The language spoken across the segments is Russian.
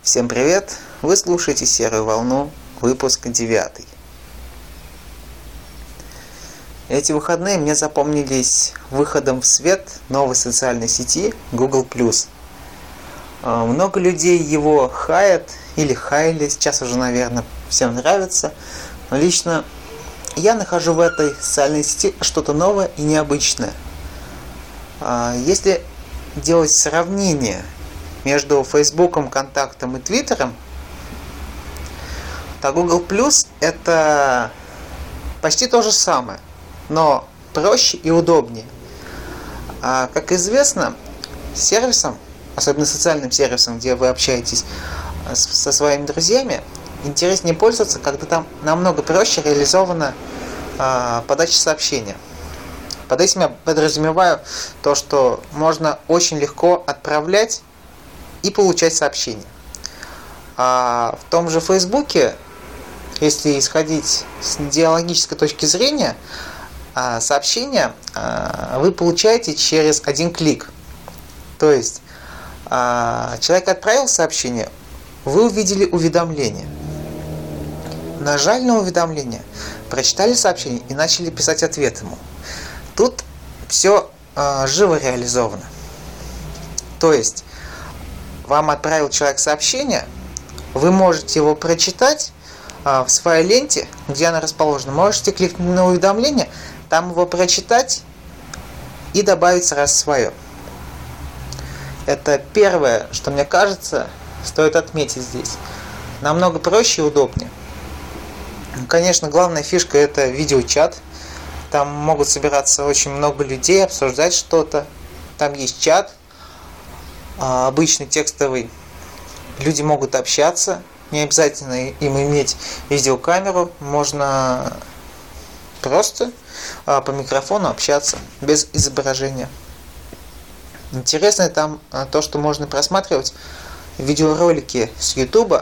Всем привет! Вы слушаете «Серую волну», выпуск 9. Эти выходные мне запомнились выходом в свет новой социальной сети Google+. Много людей его хаят или хайли, сейчас уже, наверное, всем нравится. Но лично я нахожу в этой социальной сети что-то новое и необычное. Если делать сравнение между Фейсбуком, Контактом и Твиттером, то Google Plus это почти то же самое, но проще и удобнее. Как известно, сервисом, особенно социальным сервисом, где вы общаетесь со своими друзьями, интереснее пользоваться, когда там намного проще реализована подача сообщения. Под этим я подразумеваю то, что можно очень легко отправлять и получать сообщения. А в том же Фейсбуке, если исходить с идеологической точки зрения, сообщения вы получаете через один клик. То есть человек отправил сообщение, вы увидели уведомление. Нажали на уведомление, прочитали сообщение и начали писать ответ ему. Тут все живо реализовано. То есть вам отправил человек сообщение, вы можете его прочитать в своей ленте, где оно расположено. Можете кликнуть на уведомление, там его прочитать и добавить сразу свое. Это первое, что мне кажется, стоит отметить здесь. Намного проще и удобнее. Конечно, главная фишка — это видеочат. Там могут собираться очень много людей, обсуждать что-то. Там есть чат, обычный текстовый. Люди могут общаться, не обязательно им иметь видеокамеру. Можно просто по микрофону общаться без изображения. Интересно там то, что можно просматривать видеоролики с YouTube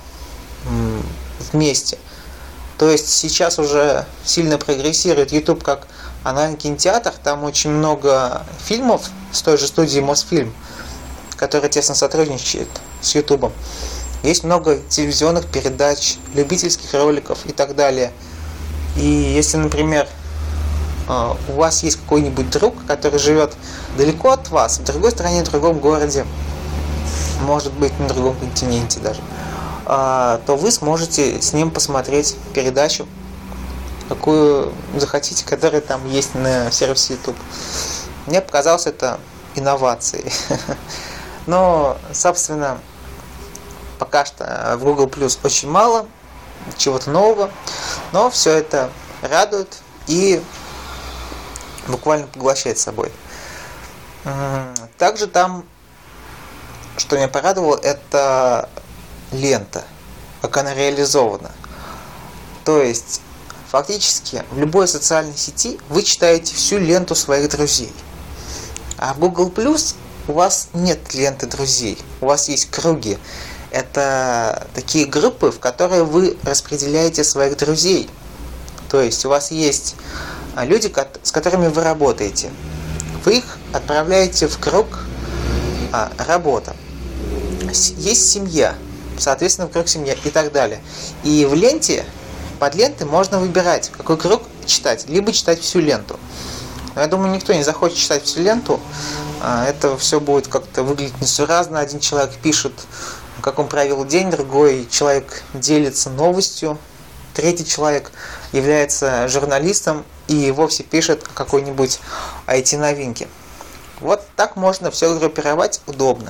вместе. То есть сейчас уже сильно прогрессирует YouTube как онлайн-кинотеатр. Там очень много фильмов с той же студии Мосфильм, которая тесно сотрудничает с YouTube. Есть много телевизионных передач, любительских роликов и так далее. И если, например, у вас есть какой-нибудь друг, который живет далеко от вас, в другой стране, в другом городе, может быть, на другом континенте даже, то вы сможете с ним посмотреть передачу, какую захотите, которая там есть на сервисе YouTube. Мне показалось это инновацией. Но, собственно, пока что в Google Plus очень мало чего-то нового, но все это радует и буквально поглощает собой. Также там, что меня порадовало, это лента, как она реализована. То есть, фактически, в любой социальной сети вы читаете всю ленту своих друзей. А в Google Plus у вас нет ленты друзей, у вас есть круги. Это такие группы, в которые вы распределяете своих друзей. То есть у вас есть люди, с которыми вы работаете. Вы их отправляете в круг работа. Есть семья, соответственно, в круг семья и так далее. И в ленте, под лентой можно выбирать, какой круг читать, либо читать всю ленту. Но я думаю, никто не захочет читать всю ленту. Это все будет как-то выглядеть несуразно. Один человек пишет, как он провел день, другой человек делится новостью, третий человек является журналистом и вовсе пишет о какой-нибудь IT-новинке. Вот так можно все группировать удобно.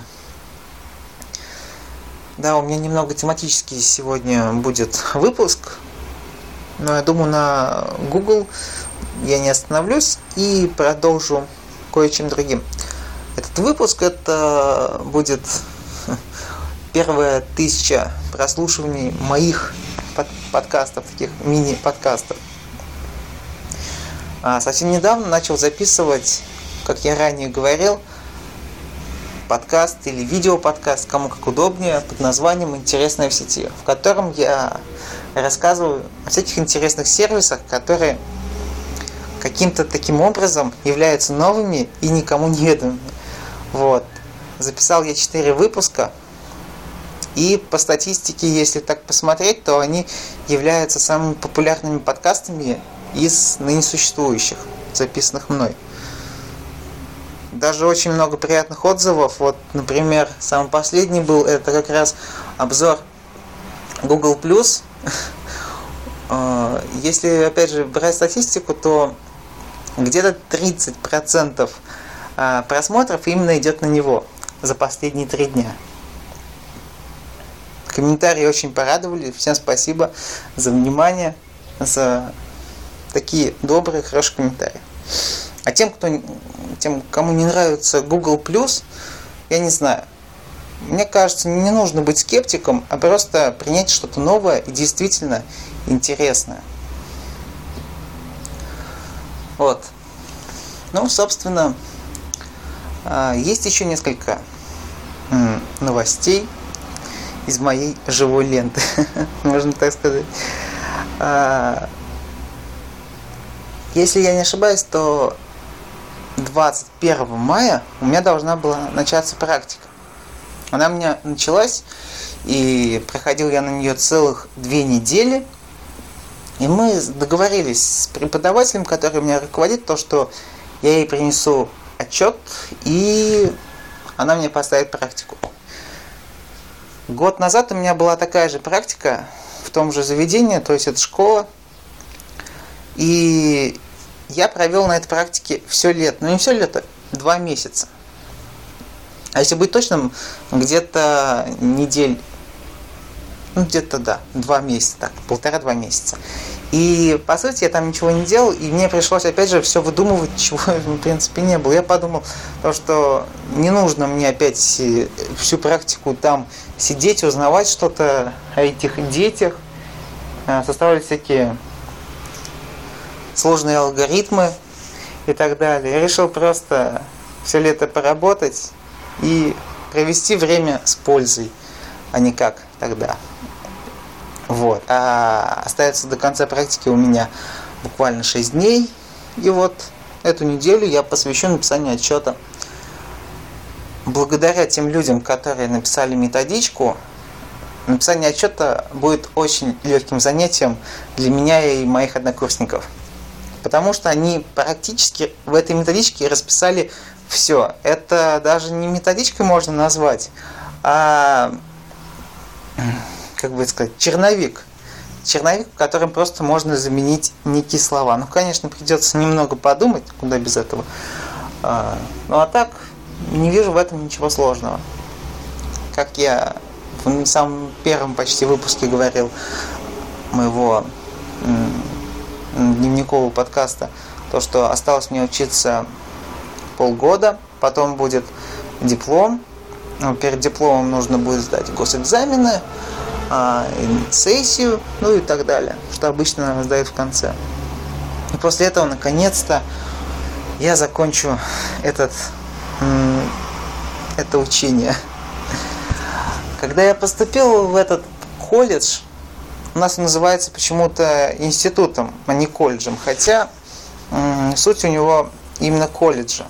Да, у меня немного тематический сегодня будет выпуск, но я думаю, на Google я не остановлюсь и продолжу кое-чем другим. Этот выпуск это будет первая 1000 прослушиваний моих подкастов, таких мини-подкастов. Совсем недавно начал записывать, как я ранее говорил, подкаст или видеоподкаст, кому как удобнее, под названием «Интересное в сети», в котором я рассказываю о всяких интересных сервисах, которые каким-то таким образом являются новыми и никому неведомыми. Вот. Записал я 4 выпуска. И по статистике, если так посмотреть, то они являются самыми популярными подкастами из ныне существующих, записанных мной. Даже очень много приятных отзывов. Вот, например, самый последний был, это как раз обзор Google+. Если, опять же, брать статистику, то где-то 30% просмотров именно идет на него за последние 3 дня. Комментарии очень порадовали. Всем спасибо за внимание, за такие добрые, хорошие комментарии. А тем, кому не нравится Google+, я не знаю. Мне кажется, не нужно быть скептиком, а просто принять что-то новое и действительно интересное. Вот. Ну, собственно, есть еще несколько новостей из моей живой ленты, можно так сказать. Если я не ошибаюсь, то 21 мая у меня должна была начаться практика. Она у меня началась, и проходил я на нее целых 2 недели. И мы договорились с преподавателем, который меня руководит, то, что я ей принесу отчет, и она мне поставит практику. Год назад у меня была такая же практика в том же заведении, то есть это школа. И я провел на этой практике все лето. Ну не все лето, 2 месяца. А если быть точным, где-то недель, где-то, да, 2 месяца, так, 1,5-2 месяца. И, по сути, я там ничего не делал, и мне пришлось, опять же, все выдумывать, чего, в принципе, не было. Я подумал, что не нужно мне опять всю практику там сидеть, узнавать что-то о этих детях, составлять всякие сложные алгоритмы и так далее. Я решил просто все лето поработать и провести время с пользой, а не как тогда. Вот. А остается до конца практики у меня буквально 6 дней. И вот эту неделю я посвящу написанию отчета. Благодаря тем людям, которые написали методичку, написание отчета будет очень легким занятием для меня и моих однокурсников. Потому что они практически в этой методичке расписали все. Это даже не методичкой можно назвать, а, как бы сказать, черновик. Черновик, в котором просто можно заменить некие слова. Ну, конечно, придется немного подумать, куда без этого. Ну, а так, не вижу в этом ничего сложного. Как я в самом первом почти выпуске говорил моего дневникового подкаста, то, что осталось мне учиться полгода, потом будет диплом. Перед дипломом нужно будет сдать госэкзамены, сессию, ну и так далее, что обычно сдают в конце. И после этого, наконец-то, я закончу это учение. Когда я поступил в этот колледж, у нас он называется почему-то институтом, а не колледжем, хотя суть у него именно колледжа.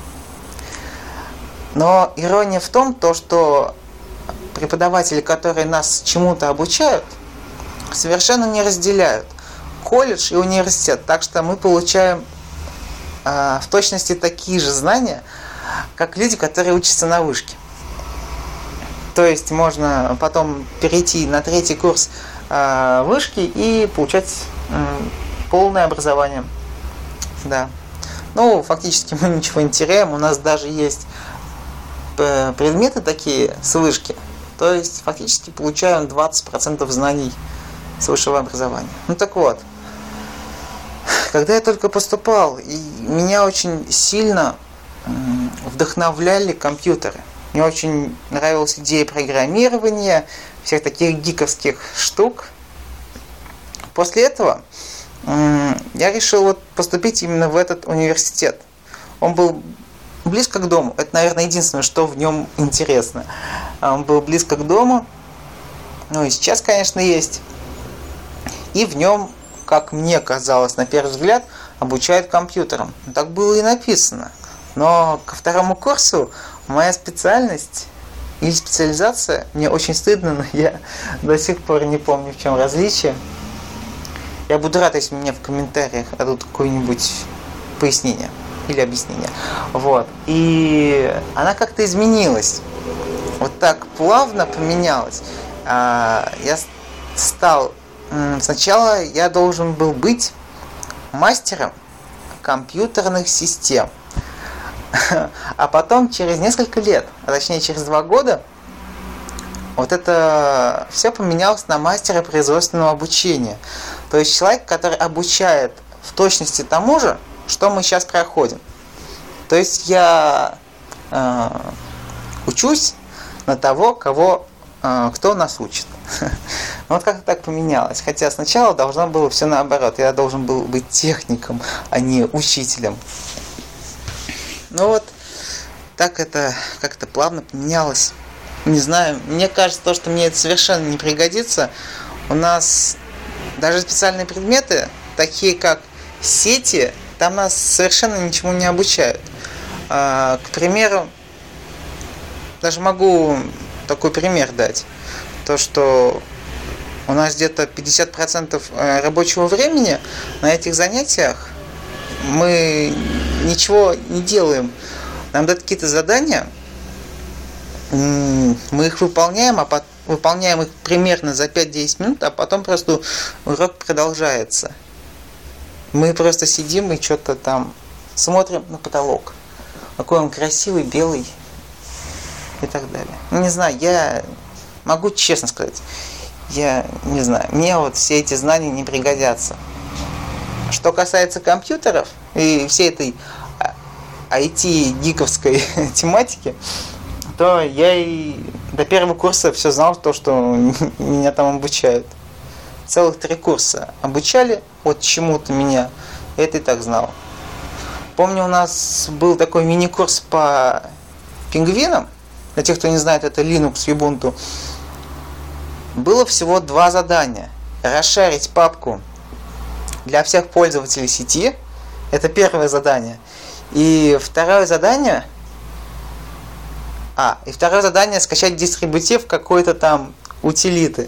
Но ирония в том, что преподаватели, которые нас чему-то обучают, совершенно не разделяют колледж и университет. Так что мы получаем в точности такие же знания, как люди, которые учатся на вышке. То есть можно потом перейти на 3-й курс вышки и получать полное образование. Да. Ну, фактически мы ничего не теряем. У нас даже есть предметы такие с вышки. То есть фактически получаем 20% знаний с высшего образования. Ну так вот, когда я только поступал, и меня очень сильно вдохновляли компьютеры. Мне очень нравилась идея программирования, всех таких гиковских штук. После этого я решил поступить именно в этот университет. Он был близко к дому. Это, наверное, единственное, что в нем интересно. Он был близко к дому. Ну и сейчас, конечно, есть. И в нем, как мне казалось, на первый взгляд, обучают компьютерам. Так было и написано. Но ко 2-му курсу моя специальность или специализация. Мне очень стыдно, но я до сих пор не помню, в чем различие. Я буду рад, если мне в комментариях дадут какое-нибудь пояснение или объяснение. Вот. И она как-то изменилась. Вот так плавно поменялась. Я стал... Сначала я должен был быть мастером компьютерных систем. А потом через несколько лет, а точнее через 2 года, вот это все поменялось на мастера производственного обучения. То есть человек, который обучает в точности тому же, что мы сейчас проходим. То есть я учусь на того, кто нас учит. Вот как-то так поменялось. Хотя сначала должно было все наоборот. Я должен был быть техником, а не учителем. Ну вот, так это как-то плавно поменялось. Не знаю, мне кажется, то, что мне это совершенно не пригодится. У нас даже специальные предметы, такие как сети, там нас совершенно ничему не обучают. К примеру, даже могу такой пример дать. То, что у нас где-то 50% рабочего времени на этих занятиях мы ничего не делаем. Нам дают какие-то задания, мы их выполняем, выполняем их примерно за 5-10 минут, а потом просто урок продолжается. Мы просто сидим и что-то там смотрим на потолок. Какой он красивый, белый и так далее. Не знаю, я могу честно сказать, я не знаю, мне вот все эти знания не пригодятся. Что касается компьютеров и всей этой IT-гиковской тематики, то я и до первого курса все знал, то, что меня там обучают. Целых 3 курса обучали вот чему-то меня, это и так знал. Помню, у нас был такой мини-курс по пингвинам. Для тех, кто не знает, это Linux, Ubuntu. Было всего 2 задания. Расшарить папку для всех пользователей сети. Это первое задание. И второе задание скачать дистрибутив какой-то там утилиты.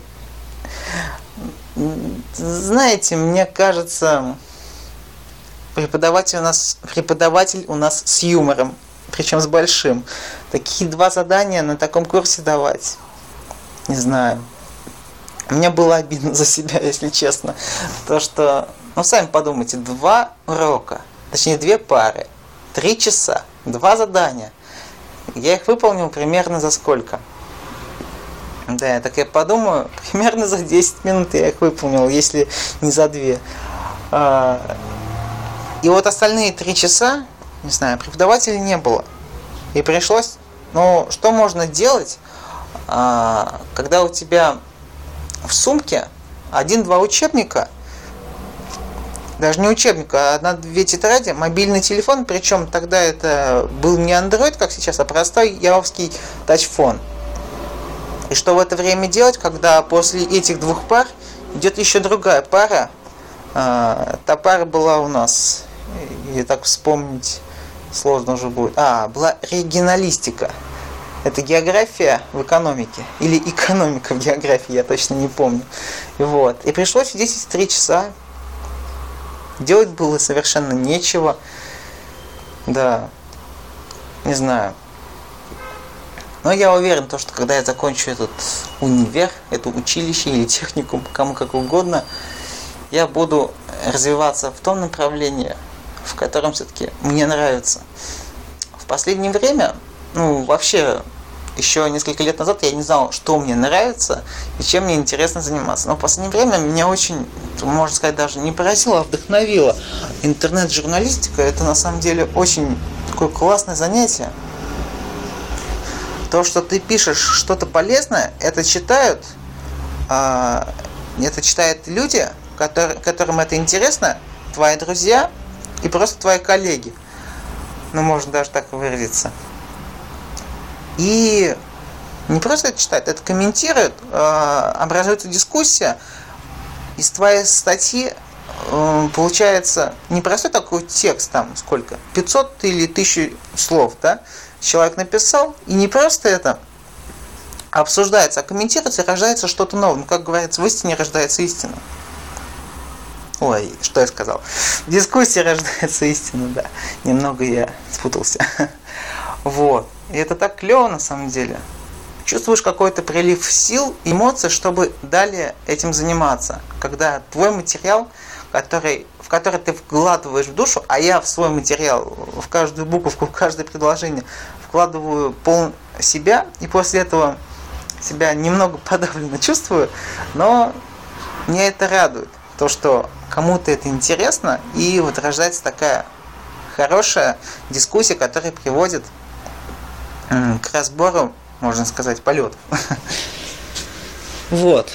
Знаете, мне кажется, преподаватель у нас с юмором, причем с большим. Такие 2 задания на таком курсе давать, не знаю. Мне было обидно за себя, если честно. То, что, сами подумайте, 2 урока, точнее 2 пары, 3 часа, 2 задания. Я их выполнил примерно за сколько? Да, так я подумаю, примерно за 10 минут я их выполнил, если не за 2. И вот остальные 3 часа, не знаю, преподавателя не было. И пришлось, что можно делать, когда у тебя в сумке 1-2 учебника, даже не учебника, а 1-2 тетради, мобильный телефон, причем тогда это был не Android, как сейчас, а простой яровский тачфон. И что в это время делать, когда после этих 2 пар идет еще другая пара? Та пара была у нас, и так вспомнить сложно уже будет. Была регионалистика. Это география в экономике. Или экономика в географии, я точно не помню. И пришлось сидеть эти 3 часа. Делать было совершенно нечего. Да, не знаю. Но я уверен, что когда я закончу этот универ, это училище или техникум, кому как угодно, я буду развиваться в том направлении, в котором все-таки мне нравится. В последнее время, вообще, еще несколько лет назад я не знал, что мне нравится и чем мне интересно заниматься. Но в последнее время меня очень, можно сказать, даже не поразило, а вдохновило. Интернет-журналистика – это на самом деле очень такое классное занятие. То, что ты пишешь что-то полезное, это читают люди, которым это интересно, твои друзья и просто твои коллеги. Можно даже так выразиться. И не просто это читают, это комментируют, образуется дискуссия. Из твоей статьи получается не простой такой текст, там сколько, 500 или 1000 слов, да? Человек написал, и не просто это обсуждается, а комментируется, и рождается что-то новое. Ну, как говорится, в истине рождается истина. Ой, что я сказал? В дискуссии рождается истина, да. Немного я спутался. Вот. И это так клево на самом деле. Чувствуешь какой-то прилив сил, эмоций, чтобы далее этим заниматься. Когда твой материал, в который ты вкладываешь в душу, а я в свой материал, в каждую буковку, в каждое предложение вкладываю пол себя, и после этого себя немного подавленно чувствую, но меня это радует. То, что кому-то это интересно, и вот рождается такая хорошая дискуссия, которая приводит к разбору, можно сказать, полетов. Вот.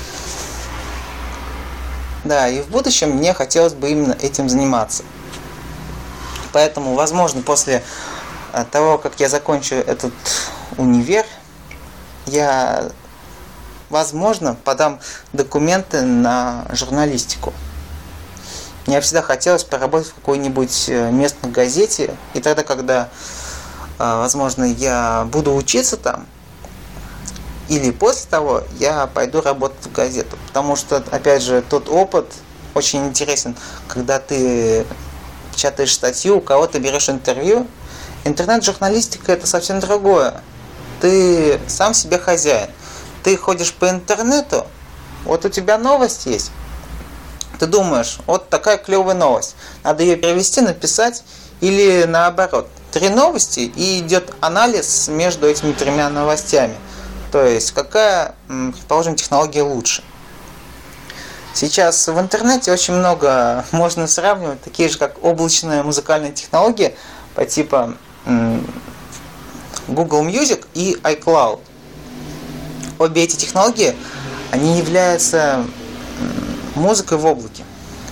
Да, и в будущем мне хотелось бы именно этим заниматься. Поэтому, возможно, после того, как я закончу этот универ, я, возможно, подам документы на журналистику. Мне всегда хотелось поработать в какой-нибудь местной газете, и тогда, когда, возможно, я буду учиться там, или после того, я пойду работать в газету. Потому что, опять же, тот опыт очень интересен, когда ты печатаешь статью, у кого-то берешь интервью. Интернет-журналистика – это совсем другое. Ты сам себе хозяин. Ты ходишь по интернету, вот у тебя новость есть. Ты думаешь, вот такая клевая новость. Надо ее перевести, написать, или наоборот. 3 новости, и идет анализ между этими 3 новостями. То есть, какая, предположим, технология лучше. Сейчас в интернете очень много можно сравнивать, такие же, как облачная музыкальная технология по типу Google Music и iCloud. Обе эти технологии, они являются музыкой в облаке.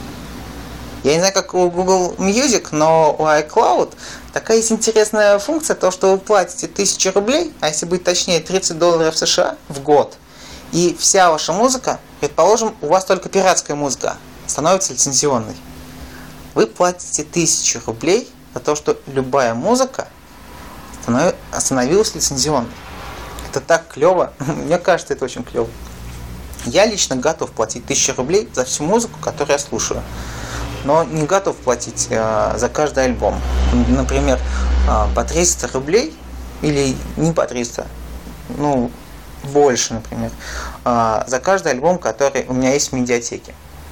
Я не знаю, как у Google Music, но у iCloud такая есть интересная функция, то, что вы платите 1000 рублей, а если быть точнее, $30 США в год, и вся ваша музыка, предположим, у вас только пиратская музыка, становится лицензионной. Вы платите 1000 рублей за то, что любая музыка становилась лицензионной. Это так клево. Мне кажется, это очень клево. Я лично готов платить 1000 рублей за всю музыку, которую я слушаю. Но не готов платить за каждый альбом. Например, по 300 рублей, или не по 300, ну, больше, например, за каждый альбом, который у меня есть в медиатеке.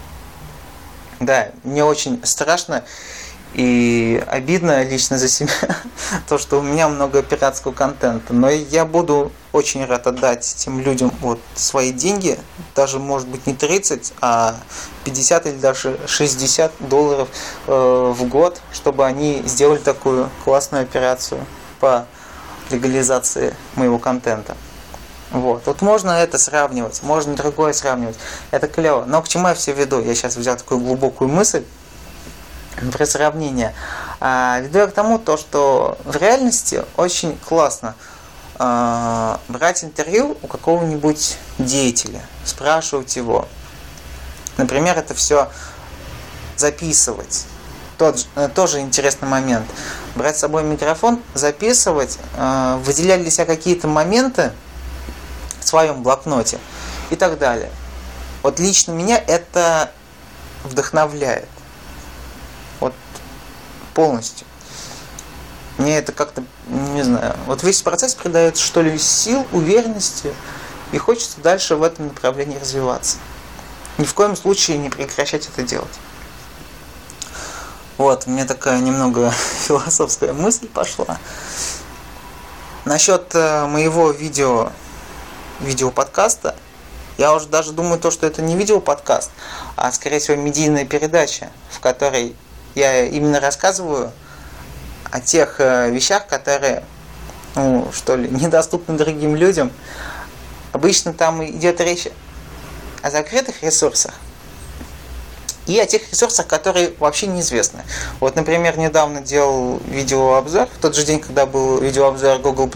Да, мне очень страшно и обидно лично за себя, то, что у меня много пиратского контента. Но я буду очень рад отдать этим людям вот свои деньги, даже, может быть, не 30, а 50 или даже $60 в год, чтобы они сделали такую классную операцию по легализации моего контента. Вот можно это сравнивать, можно другое сравнивать. Это клево. Но к чему я все веду? Я сейчас взял такую глубокую мысль про сравнение. Веду я к тому, что в реальности очень классно брать интервью у какого-нибудь деятеля, спрашивать его. Например, это все записывать. Тоже интересный момент. Брать с собой микрофон, записывать, выделять для себя какие-то моменты в своем блокноте и так далее. Вот лично меня это вдохновляет. Вот полностью. Мне это как-то, не знаю, вот весь процесс придает, что ли, сил, уверенности, и хочется дальше в этом направлении развиваться. Ни в коем случае не прекращать это делать. Вот, у меня такая немного философская мысль пошла. Насчет моего видеоподкаста, я уже даже думаю, что это не видеоподкаст, а, скорее всего, медийная передача, в которой я именно рассказываю о тех вещах, которые, недоступны другим людям. Обычно там идет речь о закрытых ресурсах и о тех ресурсах, которые вообще неизвестны. Вот, например, недавно делал видеообзор, в тот же день, когда был видеообзор Google+,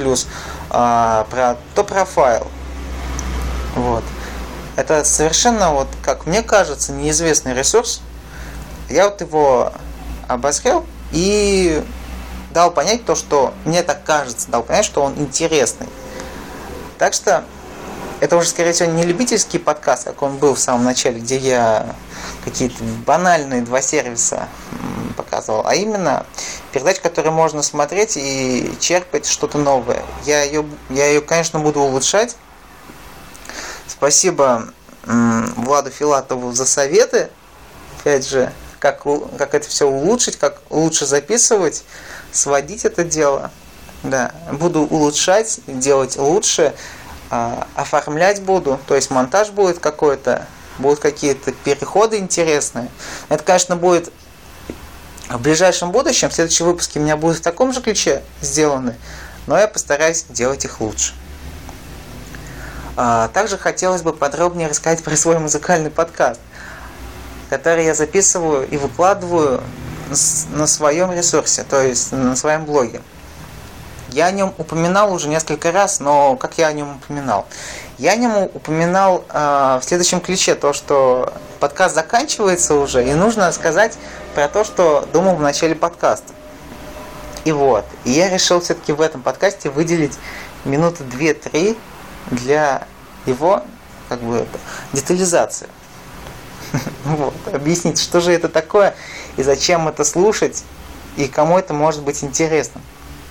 про топ-профайл. Вот. Это совершенно, как мне кажется, неизвестный ресурс. Я его обозрел и дал понять что мне так кажется, дал понять, что он интересный. Так что это уже, скорее всего, не любительский подкаст, как он был в самом начале, где я какие-то банальные 2 сервиса показывал, а именно передача, которую можно смотреть и черпать что-то новое. Я ее, конечно, буду улучшать. Спасибо Владу Филатову за советы. Опять же, как это все улучшить, как лучше записывать, сводить это дело. Да, буду улучшать, делать лучше, оформлять буду, то есть монтаж будет какой-то, будут какие-то переходы интересные. Это, конечно, будет в ближайшем будущем, следующие выпуски у меня будут в таком же ключе сделаны, но я постараюсь делать их лучше. Также хотелось бы подробнее рассказать про свой музыкальный подкаст, который я записываю и выкладываю на своем ресурсе, то есть на своем блоге. Я о нем упоминал уже несколько раз, но как я о нем упоминал? Я о нем упоминал в следующем ключе, то, что подкаст заканчивается уже, и нужно сказать про то, что думал в начале подкаста. И я решил все-таки в этом подкасте выделить минуты 2-3 для его, детализации. Объяснить, что же это такое, и зачем это слушать, и кому это может быть интересно.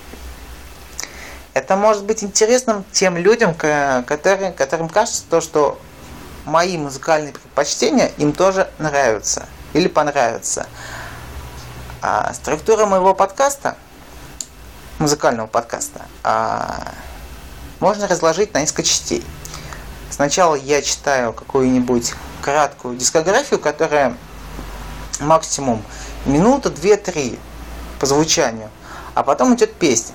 Это может быть интересным тем людям, которым кажется то, что мои музыкальные предпочтения им тоже нравятся или понравятся. А структура моего подкаста, музыкального подкаста, можно разложить на несколько частей. Сначала я читаю какую-нибудь краткую дискографию, которая максимум минута, 2-3 по звучанию, а потом идет песня.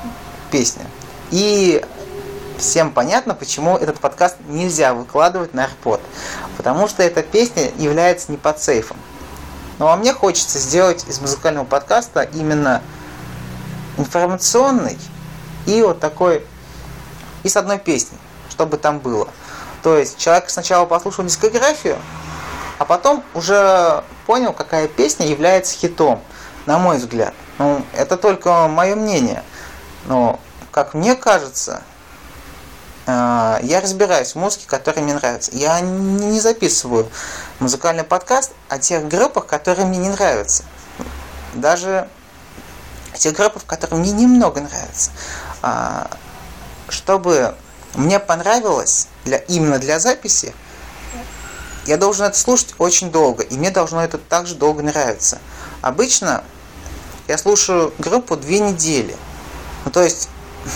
И всем понятно, почему этот подкаст нельзя выкладывать на AirPod. Потому что эта песня является не под сейфом. Ну а мне хочется сделать из музыкального подкаста именно информационный и такой, и с одной песней, чтобы там было. То есть человек сначала послушал дискографию, а потом уже понял, какая песня является хитом, на мой взгляд. Это только мое мнение. Но, как мне кажется, я разбираюсь в музыке, которая мне нравится. Я не записываю музыкальный подкаст о тех группах, которые мне не нравятся. Даже тех группах, которые мне немного нравятся. Чтобы мне понравилось именно для записи, я должен это слушать очень долго, и мне должно это также долго нравиться. Обычно я слушаю группу 2 недели. То есть,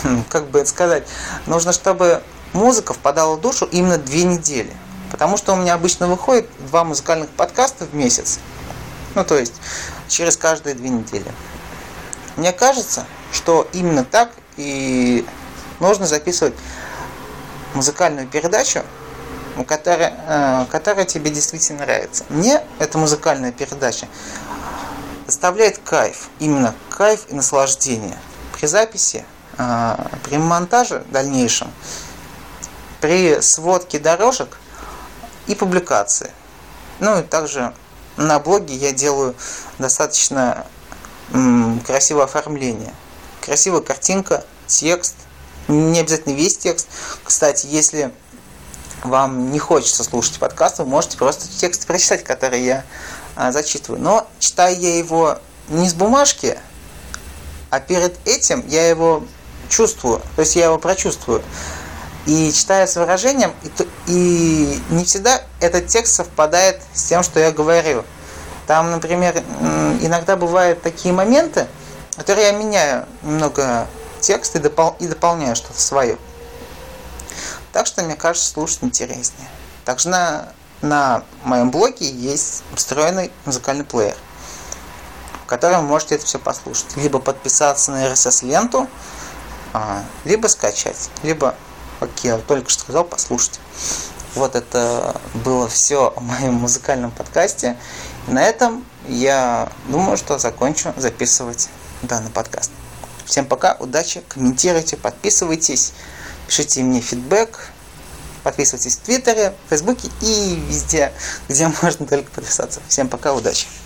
нужно, чтобы музыка впадала в душу именно 2 недели. Потому что у меня обычно выходит 2 музыкальных подкаста в месяц. То есть, через каждые 2 недели. Мне кажется, что именно так и нужно записывать музыкальную передачу, которая тебе действительно нравится. Мне эта музыкальная передача доставляет кайф. Именно кайф и наслаждение. При записи, при монтаже дальнейшем, при сводке дорожек и публикации. И также на блоге я делаю достаточно красивое оформление. Красивая картинка, текст, не обязательно весь текст. Кстати, если вам не хочется слушать подкаст, вы можете просто текст прочитать, который я зачитываю. Но читаю я его не с бумажки, а перед этим я его чувствую, то есть я его прочувствую. И читая с выражением, и не всегда этот текст совпадает с тем, что я говорю. Там, например, иногда бывают такие моменты, которые я меняю немного текст и дополняю что-то свое. Так что, мне кажется, слушать интереснее. Также на моем блоге есть встроенный музыкальный плеер, в котором вы можете это все послушать. Либо подписаться на RSS-ленту, либо скачать, либо, как я только что сказал, послушать. Это было все о моем музыкальном подкасте. И на этом я думаю, что закончу записывать данный подкаст. Всем пока, удачи, комментируйте, подписывайтесь, пишите мне фидбэк, подписывайтесь в Твиттере, в Фейсбуке и везде, где можно только подписаться. Всем пока, удачи!